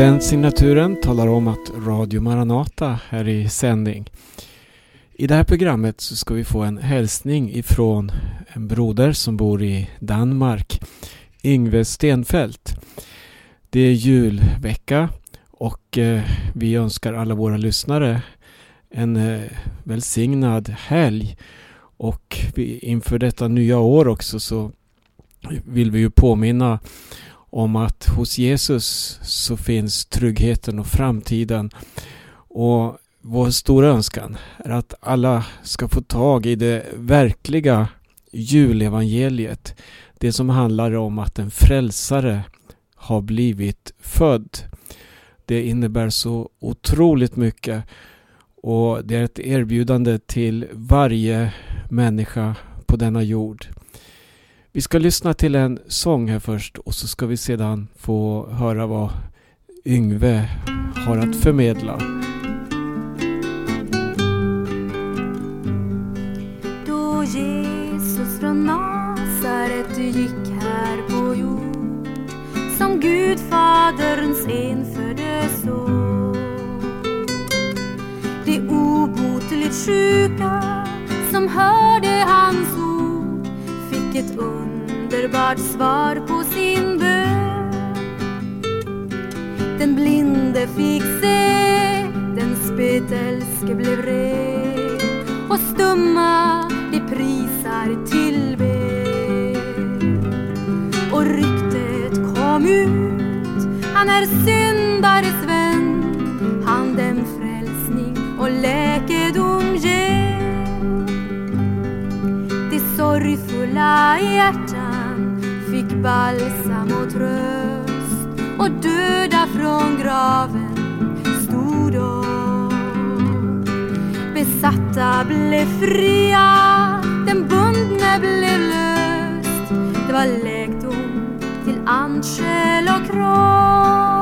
Adventssignaturen talar om att Radio Maranata är i sändning. I det här programmet så ska vi få en hälsning ifrån en broder som bor i Danmark, Yngve Stenfeldt. Det är julvecka och vi önskar alla våra lyssnare en välsignad helg. Och inför detta nya år också så vill vi ju påminna om att hos Jesus så finns tryggheten och framtiden. Och vår stora önskan är att alla ska få tag i det verkliga julevangeliet. Det som handlar om att en frälsare har blivit född. Det innebär så otroligt mycket. Och det är ett erbjudande till varje människa på denna jord. Vi ska lyssna till en sång här först och så ska vi sedan få höra vad Yngve har att förmedla. Då Jesus från Nasaret gick här på jord, som Gud faderns enfödde son, de obotligt sjuka som hörde hans ord fick ett underbart svar på sin bön. Den blinde fick se, den spetälske blev ren, och stumma de prisar tillber. Och ryktet kom ut, han är syndares vän, han dem frälsning och läkedom ger. De sorgfulla hjärtan fick balsam och tröst, och döda från graven stod upp. Besatta blev fria, den bundne blev löst, det var läkedom till ande, själ och kropp.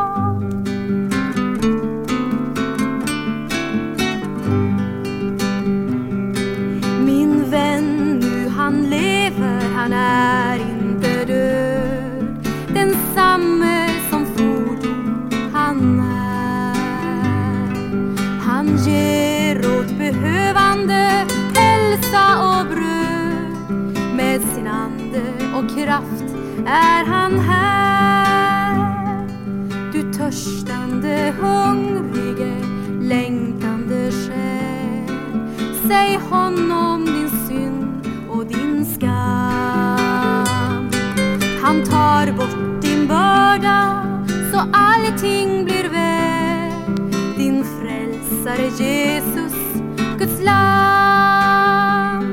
Min vän, nu han lever, han är inte död, densamme som fordom han är. Han ger åt behövande hälsa och bröd, med sin ande och kraft är han här. Du törstande, hungrige, längtande själ, säg honom din synd och din skam. Han tar bort din börda så allting blir väl, din frälsare Jesus, Guds lam.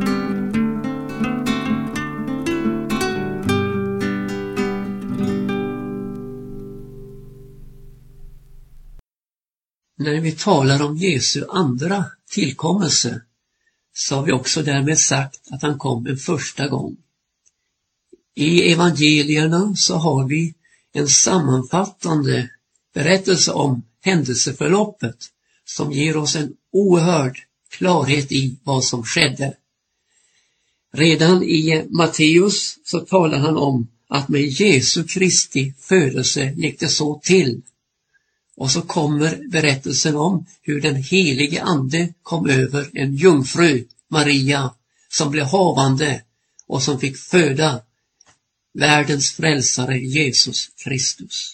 När vi talar om Jesu andra tillkommelse så har vi också därmed sagt att han kom en första gång. I evangelierna så har vi en sammanfattande berättelse om händelseförloppet som ger oss en oerhörd klarhet i vad som skedde. Redan i Matteus så talar han om att med Jesu Kristi födelse gick det så till. Och så kommer berättelsen om hur den helige ande kom över en jungfru, Maria, som blev havande och som fick föda världens frälsare Jesus Kristus.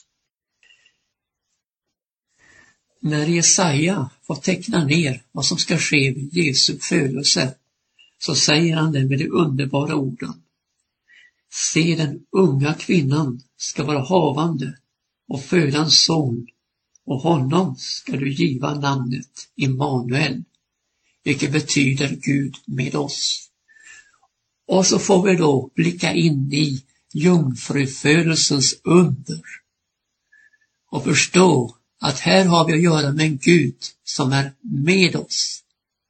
När Jesaja får teckna ner vad som ska ske vid Jesu födelse så säger han det med de underbara orden. Se, den unga kvinnan ska vara havande och föda en son, och honom ska du giva namnet Immanuel, vilket betyder Gud med oss. Och så får vi då blicka in i jungfrufödelsens under och förstå att här har vi att göra med en Gud som är med oss.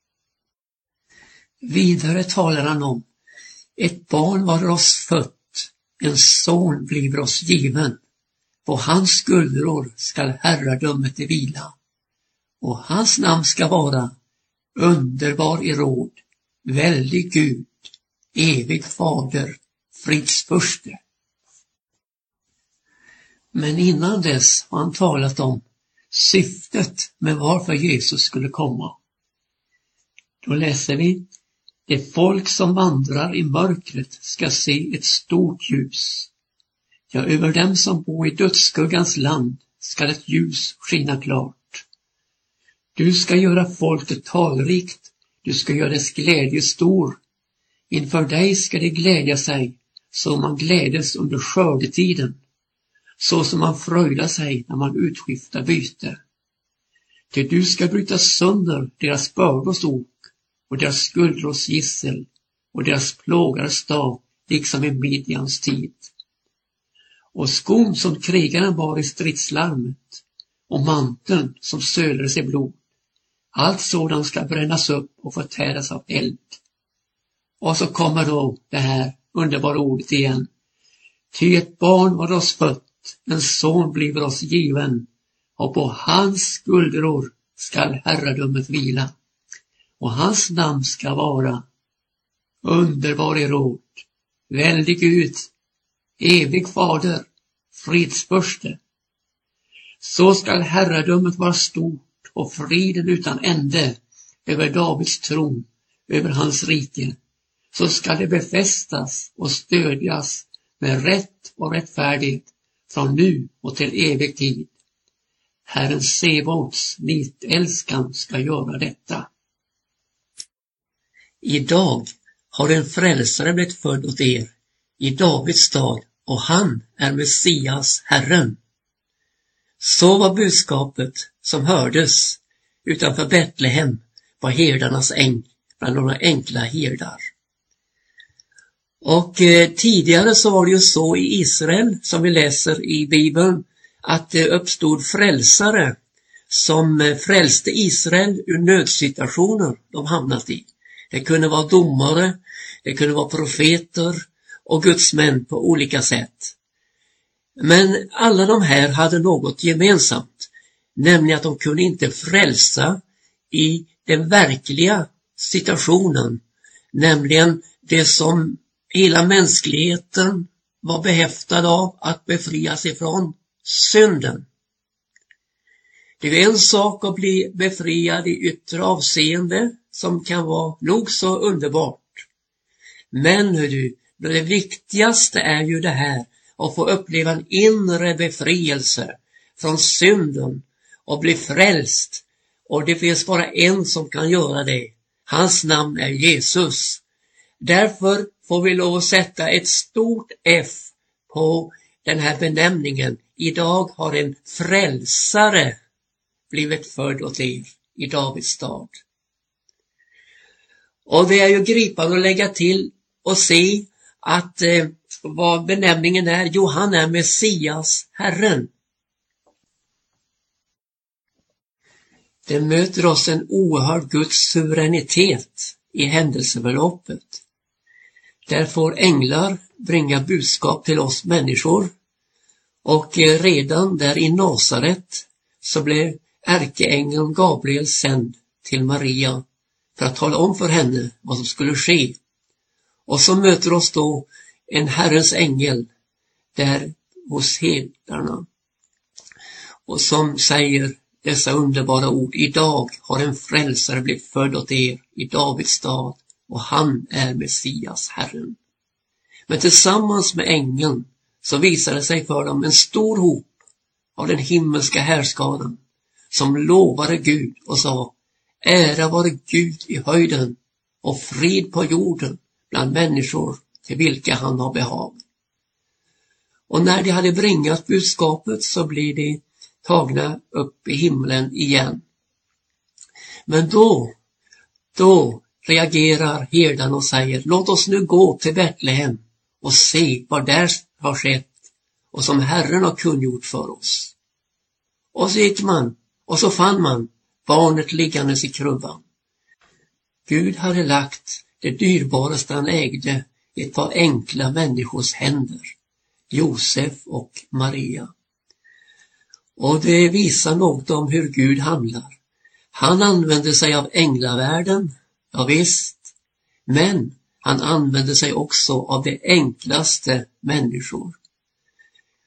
Vidare talar han om ett barn var oss fött, en son blir oss given. På hans skuldror skall herradömet vila, och hans namn ska vara underbar i råd, väldig Gud, evig fader, fridsförste. Men innan dess har han talat om syftet med varför Jesus skulle komma. Då läser vi: det folk som vandrar i mörkret ska se ett stort ljus. Ja, över dem som bor i dödsskuggans land ska ett ljus skina klart. Du ska göra folket talrikt, du ska göra dess glädje stor. Inför dig ska det glädja sig, så man glädes under skördetiden, så som man fröjdar sig när man utskiftar byte. Till du ska bryta sönder deras bördors ok och deras skuldrors gissel och deras plågares stav, liksom i Midjans tid. Och skon som krigaren bar i stridslarmet och manteln som sölades i blod, allt sådant ska brännas upp och förtäras av eld. Och så kommer då det här underbara ordet igen. Ty ett barn var oss fött, en son blir oss given, och på hans skuldror skall herradömet vila. Och hans namn ska vara underbar i råd, väldig Gud, evig fader, fridsförste. Så skall herradömet vara stort och friden utan ände över Davids tron, över hans rike. Så skall det befästas och stödjas med rätt och rättfärdighet från nu och till evig tid. Herren Sebaots nitälskan ska göra detta. Idag har en frälsare blivit född åt er i Davids stad, och han är Messias, Herren. Så var budskapet som hördes utanför Betlehem på herdarnas äng bland några enkla herdar. Och tidigare så var det ju så i Israel, som vi läser i Bibeln, att det uppstod frälsare som frälste Israel ur nödsituationer de hamnat i. Det kunde vara domare, det kunde vara profeter och gudsmän på olika sätt. Men alla de här hade något gemensamt, nämligen att de kunde inte frälsa i den verkliga situationen, nämligen det som hela mänskligheten var behäftad av, att befrias ifrån synden. Det är en sak att bli befriad i yttre avseende som kan vara nog så underbart. Men det viktigaste är ju det här att få uppleva en inre befrielse från synden och bli frälst. Och det finns bara en som kan göra det. Hans namn är Jesus. Därför får vi lov att sätta ett stort F på den här benämningen. Idag har en frälsare blivit född åt er i Davids stad. Och det är ju gripande att lägga till och se att vad benämningen är. Jo, han är Messias, Herren. Det möter oss en oerhörd Guds suveränitet i händelseförloppet. Där får änglar bringa budskap till oss människor. Och redan där i Nasaret så blev ärkeängeln Gabriel sänd till Maria för att tala om för henne vad som skulle ske. Och så möter oss då en Herrens ängel där hos herdarna, och som säger dessa underbara ord: idag har en frälsare blivit född åt er i Davids stad, och han är Messias, Herren. Men tillsammans med ängeln så visade sig för dem en stor hop av den himmelska härskaran som lovade Gud och sa: ära vare Gud i höjden och frid på jorden bland människor till vilka han har behag. Och när de hade bringat budskapet så blir de tagna upp i himlen igen. Men då reagerar herdarna och säger: låt oss nu gå till Betlehem och se vad där har skett och som Herren har kungjort för oss. Och så gick man och så fann man barnet liggandes i krubban. Gud hade lagt det dyrbaraste han ägde i ett par enkla människors händer, Josef och Maria. Och det visar något om hur Gud handlar. Han använde sig av änglavärlden, ja visst, men han använde sig också av det enklaste människor.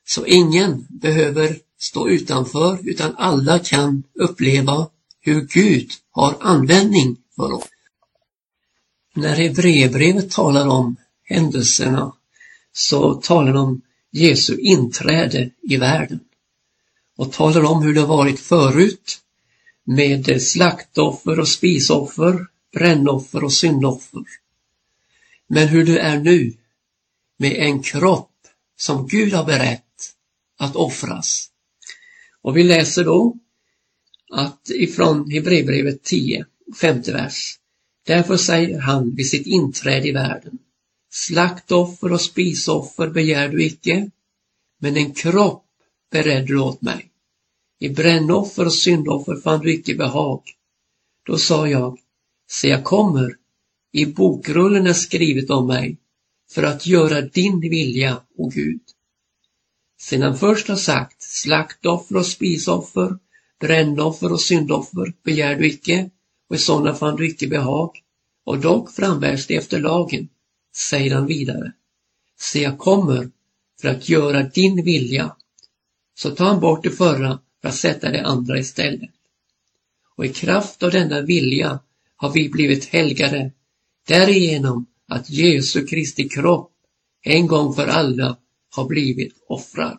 Så ingen behöver stå utanför, utan alla kan uppleva hur Gud har användning för oss. När Hebreerbrevet talar om händelserna så talar de om Jesu inträde i världen och talar om hur det varit förut med slaktoffer och spisoffer, brännoffer och syndoffer. Men hur det är nu med en kropp som Gud har berett att offras. Och vi läser då att ifrån Hebreerbrevet 10, 5:e vers. Därför säger han vid sitt inträde i världen: slaktoffer och spisoffer begär du icke, men en kropp beredde du åt mig. I brännoffer och syndoffer fann du icke behag. Då sa jag: se, jag kommer, i bokrullen är skrivet om mig, för att göra din vilja, o Gud. Sedan först har sagt: slaktoffer och spisoffer, brännoffer och syndoffer begär du icke, och i sådana fann du icke behag, och dock frambärs det efter lagen, säger han vidare. Se, jag kommer för att göra din vilja. Så tar han bort det förra för att sätta det andra istället. Och i kraft av denna vilja har vi blivit helgade, därigenom att Jesu Kristi kropp en gång för alla har blivit offrad.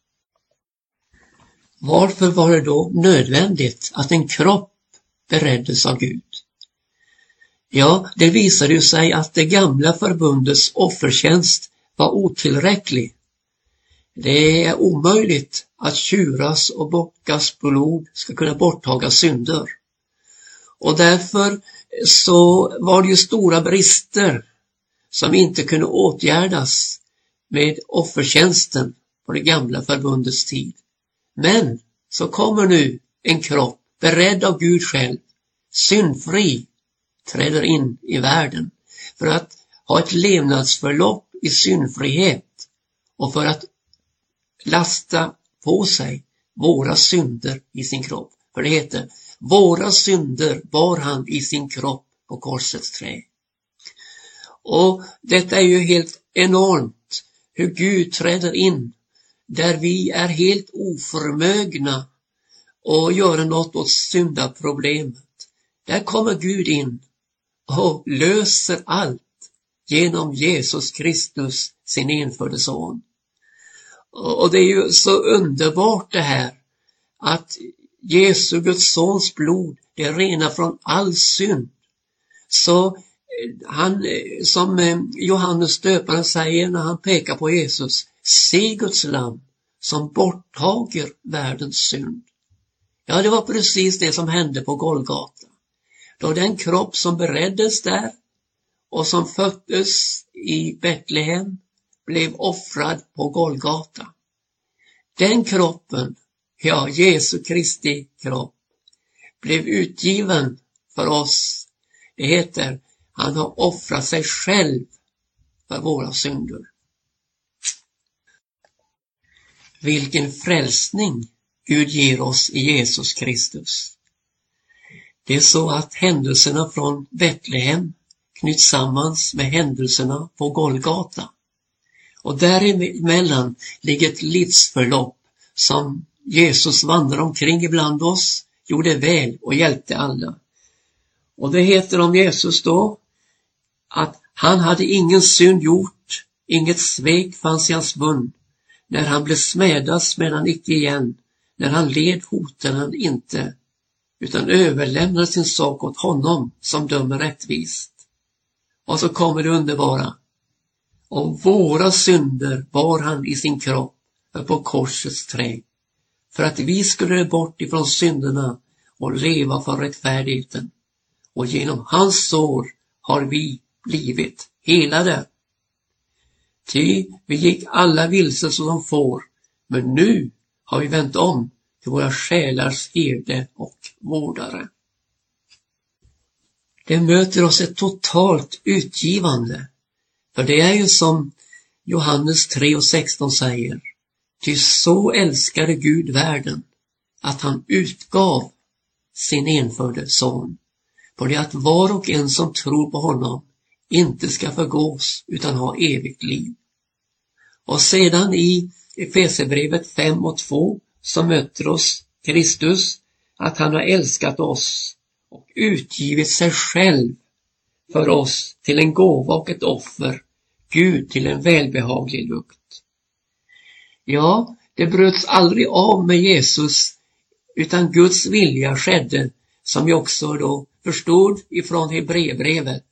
Varför var det då nödvändigt att en kropp bereddes av Gud? Ja, det visade ju sig att det gamla förbundets offertjänst var otillräcklig. Det är omöjligt att tjuras och bockas blod ska kunna borttaga synder. Och därför så var det ju stora brister som inte kunde åtgärdas med offertjänsten på det gamla förbundets tid. Men så kommer nu en kropp beredd av Gud själv, syndfri, träder in i världen för att ha ett levnadsförlopp i syndfrihet och för att lasta på sig våra synder i sin kropp. För det heter: våra synder bar han i sin kropp på korsets trä. Och detta är ju helt enormt, hur Gud träder in där vi är helt oförmögna att göra något åt syndaproblemet. Där kommer Gud in och löser allt genom Jesus Kristus, sin enfödde son. Och det är ju så underbart det här att Jesu Guds sons blod, det renar från all synd. Så han, som Johannes döparen säger när han pekar på Jesus: se Guds lam som borttager världens synd. Ja, det var precis det som hände på Golgata. Då den kropp som bereddes där och som föddes i Betlehem blev offrad på Golgata. Den kroppen, ja, Jesu Kristi kropp, blev utgiven för oss. Det heter: han har offrat sig själv för våra synder. Vilken frälsning Gud ger oss i Jesus Kristus. Det är så att händelserna från Betlehem knyts sammans med händelserna på Golgata. Och däremellan ligger ett livsförlopp som Jesus vandrar omkring ibland oss, gjorde väl och hjälpte alla. Och det heter om Jesus då att han hade ingen synd gjort, inget svek fanns i hans mun. När han blev smädad smädde han icke igen, när han led hotade han inte, utan överlämnade sin sak åt honom som dömer rättvist. Och så kommer det underbara: och våra synder bar han i sin kropp på korsets trä, för att vi skulle bort ifrån synderna och leva för rättfärdigheten. Och genom hans sår har vi blivit helade. Ty vi gick alla vilse som får, men nu har vi vänt om till våra själars herde och vårdare. Det möter oss ett totalt utgivande. För det är ju som Johannes 3:16 säger: ty så älskade Gud världen att han utgav sin enfödde son, för det att var och en som tror på honom inte ska förgås utan ha evigt liv. Och sedan i Efesierbrevet 5:2 som möter oss Kristus, att han har älskat oss och utgivit sig själv för oss till en gåva och ett offer, Gud till en välbehaglig lukt. Ja, det bröts aldrig av med Jesus, utan Guds vilja skedde, som vi också då förstod ifrån Hebreerbrevet.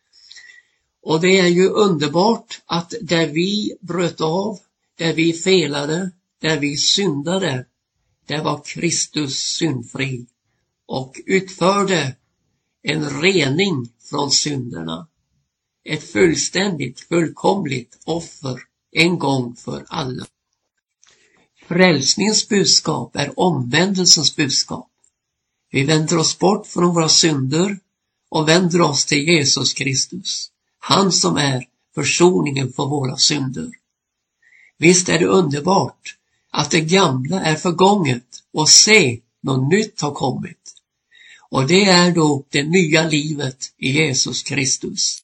Och det är ju underbart att där vi bröt av, där vi felade, där vi syndade, där var Kristus syndfri och utförde en rening från synderna. Ett fullkomligt offer en gång för alla. Frälsningens budskap är omvändelsens budskap. Vi vänder oss bort från våra synder och vänder oss till Jesus Kristus. Han som är försoningen för våra synder. Visst är det underbart att det gamla är förgånget och se, något nytt har kommit. Och det är då det nya livet i Jesus Kristus.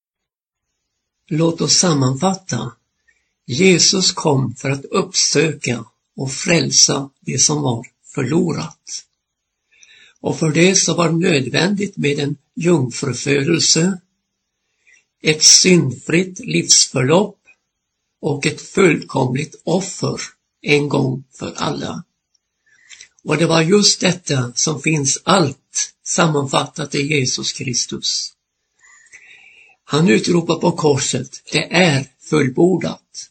Låt oss sammanfatta. Jesus kom för att uppsöka och frälsa det som var förlorat. Och för det så var det nödvändigt med en jungfrufödelse, ett syndfritt livsförlopp och ett fullkomligt offer en gång för alla. Och det var just detta som finns allt sammanfattat i Jesus Kristus. Han utropar på korset, det är fullbordat.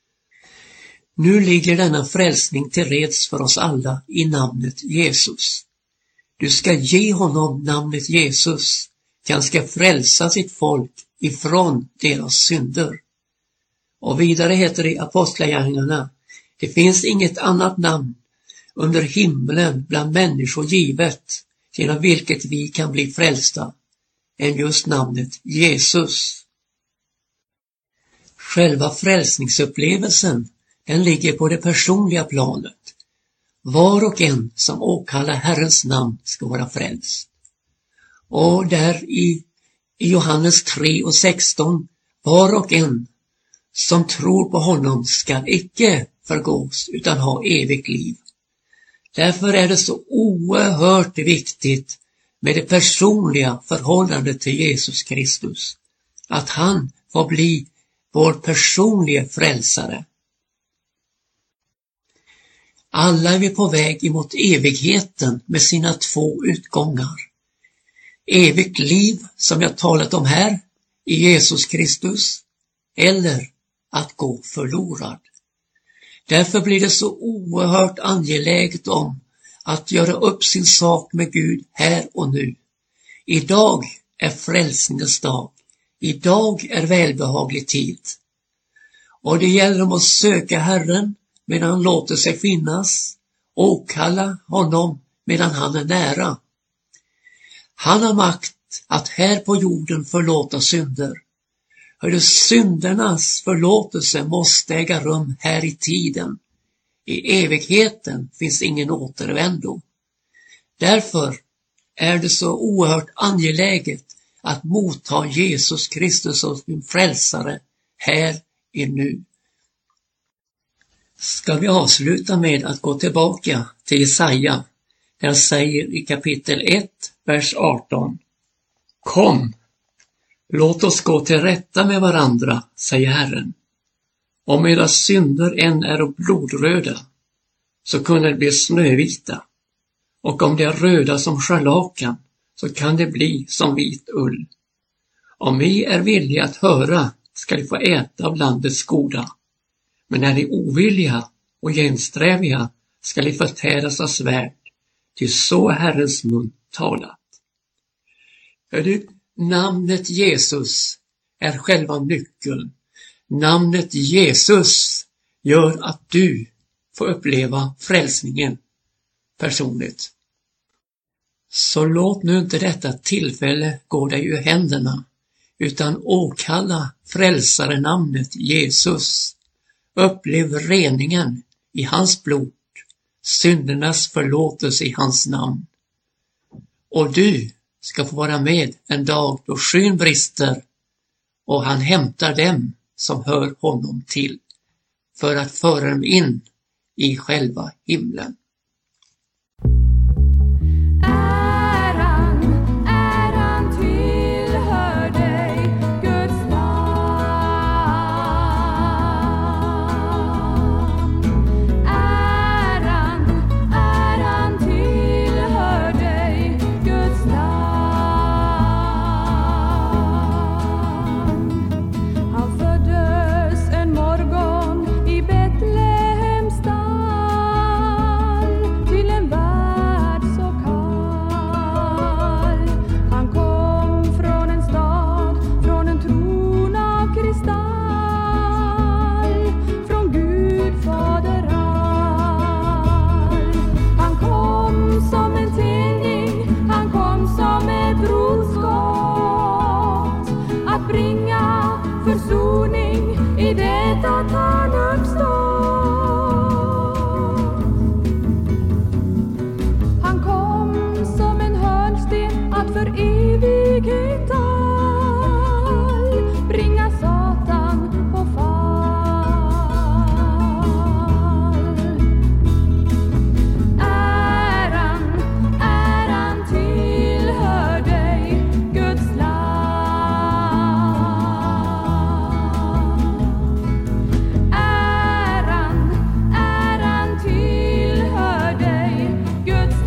Nu ligger denna frälsning till reds för oss alla i namnet Jesus. Du ska ge honom namnet Jesus, han ska frälsa sitt folk ifrån deras synder. Och vidare heter det i Apostlagärningarna, det finns inget annat namn under himlen bland människor givet, genom vilket vi kan bli frälsta, än just namnet Jesus. Själva frälsningsupplevelsen, den ligger på det personliga planet. Var och en som åkallar Herrens namn ska vara frälst. Och där i Johannes 3:16, var och en som tror på honom ska icke förgås utan ha evigt liv. Därför är det så oerhört viktigt med det personliga förhållandet till Jesus Kristus. Att han får bli vår personliga frälsare. Alla är vi på väg emot evigheten med sina två utgångar. Evigt liv som jag talat om här i Jesus Kristus, eller att gå förlorad. Därför blir det så oerhört angeläget om att göra upp sin sak med Gud här och nu. Idag är frälsningens dag. Idag är välbehaglig tid. Och det gäller om att söka Herren medan han låter sig finnas, och kalla honom medan han är nära. Han har makt att här på jorden förlåta synder. Hörde, syndernas förlåtelse måste äga rum här i tiden. I evigheten finns ingen återvändo. Därför är det så oerhört angeläget att motta Jesus Kristus som sin frälsare här i nu. Ska vi avsluta med att gå tillbaka till Jesaja, där han säger i kapitel 1, vers 18. Kom, låt oss gå till rätta med varandra, säger Herren. Om era synder än är blodröda, så kunde det bli snövita. Och om de är röda som scharlakan, så kan det bli som vit ull. Om ni är villiga att höra, ska ni få äta av landets goda. Men är ni ovilliga och gensträviga, ska ni förtäras av svärd. Till så Herrens mun talat. Hör du, namnet Jesus är själva nyckeln. Namnet Jesus gör att du får uppleva frälsningen personligt. Så låt nu inte detta tillfälle gå dig ur händerna, utan åkalla frälsare namnet Jesus. Upplev reningen i hans blod, syndernas förlåtelse i hans namn. Och du ska få vara med en dag då skyn brister och han hämtar dem som hör honom till. för att föra dem in i själva himlen. Äran tillhör dig, Guds lam. Äran tillhör dig, Guds lam. Han föddes en morgon i Betlehems stall, till en värld så kall. Han kom från en stad, från en tron av kristall, från Gud fader all. Han kom som en tidning, han kom som ett rotskott, att bringa försoning i det att han uppstått. Han kom som en hörnsten att för evighet all bringa Satan på fall. Äran tillhör dig, Guds lam. Äran tillhör dig, Guds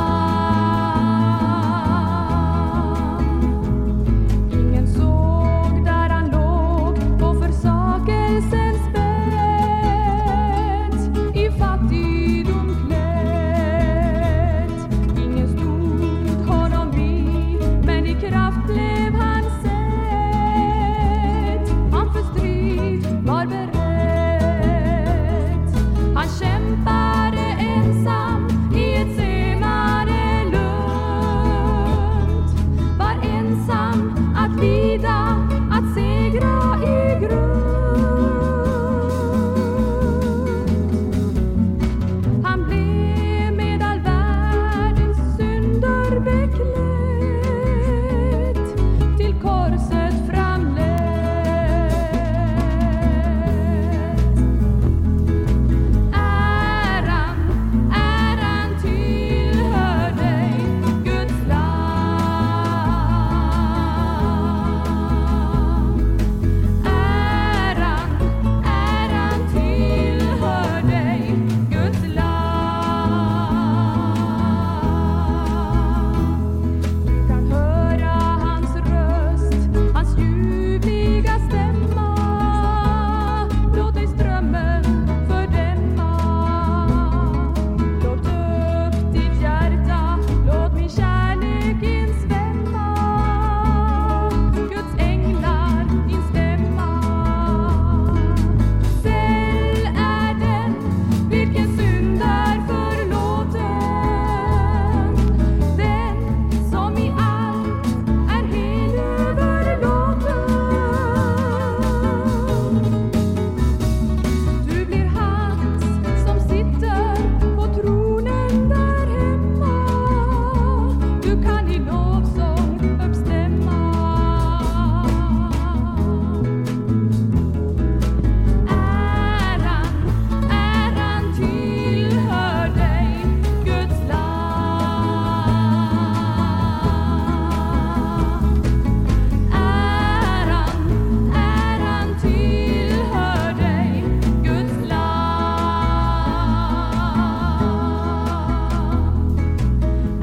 lam. Ingen såg där han låg på försakelsens bädd, i fattigdom klädd. Ingen stod honom vid, men i kraft blev han sedd. Han för strid var beredd. Han kämpade ensam i ett semane lund, var ensam att lida, att segra i grund. Han blev med all världens synder beklädd, till korset framledd. Äran tillhör dig, Guds lam. Äran tillhör dig, Guds lam. Du kan höra hans röst, hans ljuvliga stämma. Låt dig strömmen fördämma. Låt upp ditt hjärta, låt min kärlek insvämma. Guds änglar instämma. Säll är den vilken synd är förlåten, den som i allt är hel överlåten. Du blir hans som sitter på tronen där hemma. Du kan i lovsång uppstämma. Äran tillhör dig, Guds lam. Äran tillhör dig, Guds lam.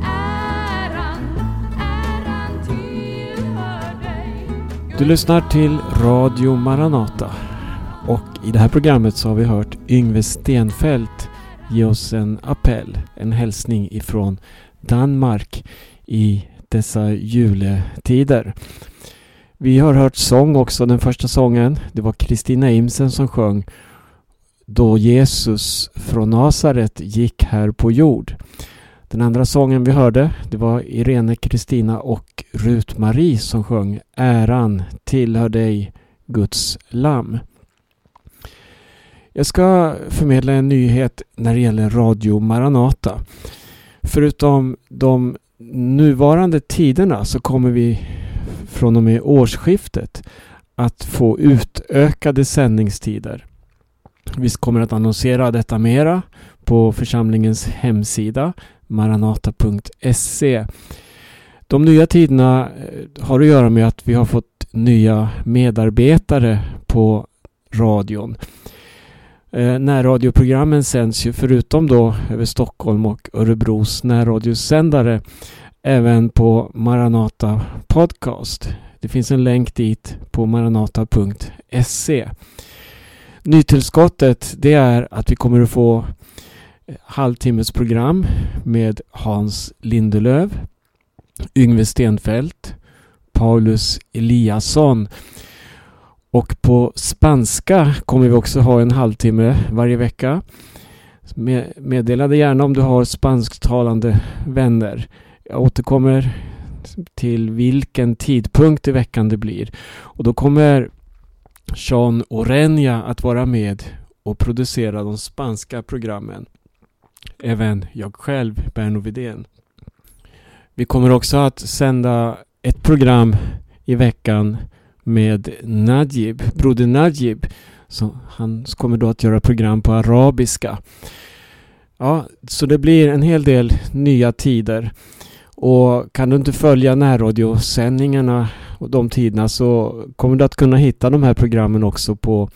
Äran tillhör dig, Du lyssnar till Radio Maranata och i det här programmet så har vi hört Yngve Stenfeldt ge oss en appell, en hälsning ifrån Danmark i dessa juletider. Vi har hört sång också, den första sången, det var Kristina Imsen som sjöng Då Jesus från Nasaret gick här på jord. Den andra sången vi hörde, det var Irene Kristina och Rut Marie som sjöng Äran tillhör dig, Guds lam. Jag ska förmedla en nyhet när det gäller Radio Maranata. Förutom de nuvarande tiderna så kommer vi från och med årsskiftet att få utökade sändningstider. Vi kommer att annonsera detta mera på församlingens hemsida maranata.se. De nya tiderna har att göra med att vi har fått nya medarbetare på radion. Närradioprogrammen sänds ju förutom då över Stockholm och Örebros närradiosändare även på Maranata Podcast. Det finns en länk dit på maranata.se. Nytillskottet det är att vi kommer att få halvtimmesprogram med Hans Lindelöv, Yngve Stenfeldt, Paulus Eliasson. Och på spanska kommer vi också ha en halvtimme varje vecka. Meddela det gärna om du har spansktalande vänner. Jag återkommer till vilken tidpunkt i veckan det blir. Och då kommer Sean Oreña att vara med och producera de spanska programmen. Även jag själv, Berno Widén. Vi kommer också att sända ett program i veckan med Najib, broder Najib. Så han kommer då att göra program på arabiska. Ja, så det blir en hel del nya tider. Och kan du inte följa närradiosändningarna och de tiderna så kommer du att kunna hitta de här programmen också på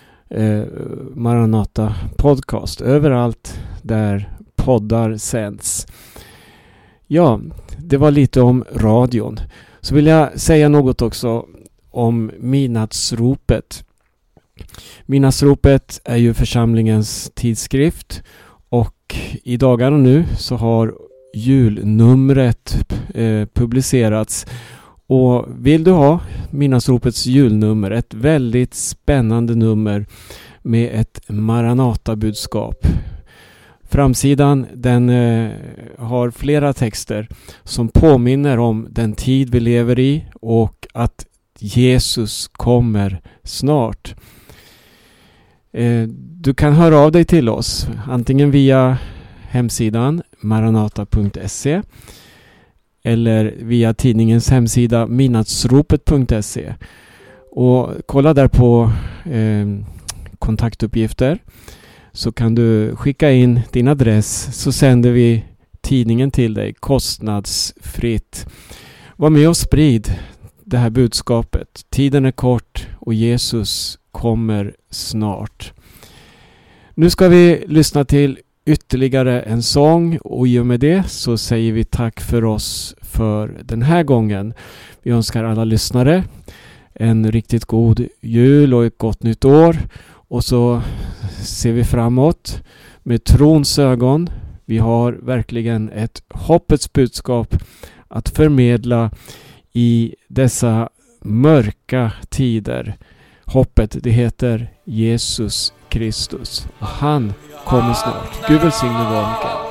Maranata Podcast. Överallt där poddar sänds. Ja, det var lite om radion. Så vill jag säga något också om Midnattsropet. Midnattsropet är ju församlingens tidskrift och i dagarna nu så har julnumret publicerats. Och vill du ha Midnattsropets julnummer, ett väldigt spännande nummer med ett Maranata-budskap. Framsidan den har flera texter som påminner om den tid vi lever i och att Jesus kommer snart. Du kan höra av dig till oss antingen via hemsidan maranata.se eller via tidningens hemsida midnattsropet.se och kolla där på kontaktuppgifter så kan du skicka in din adress så sänder vi tidningen till dig kostnadsfritt. Var med och sprid det här budskapet. Tiden är kort och Jesus kommer snart. Nu ska vi lyssna till ytterligare en sång och i och med det så säger vi tack för oss för den här gången. Vi önskar alla lyssnare en riktigt god jul och ett gott nytt år och så ser vi framåt med trons ögon. Vi har verkligen ett hoppets budskap att förmedla i dessa mörka tider. Hoppet, det heter Jesus Kristus och han kommer snart. Gud välsigne var.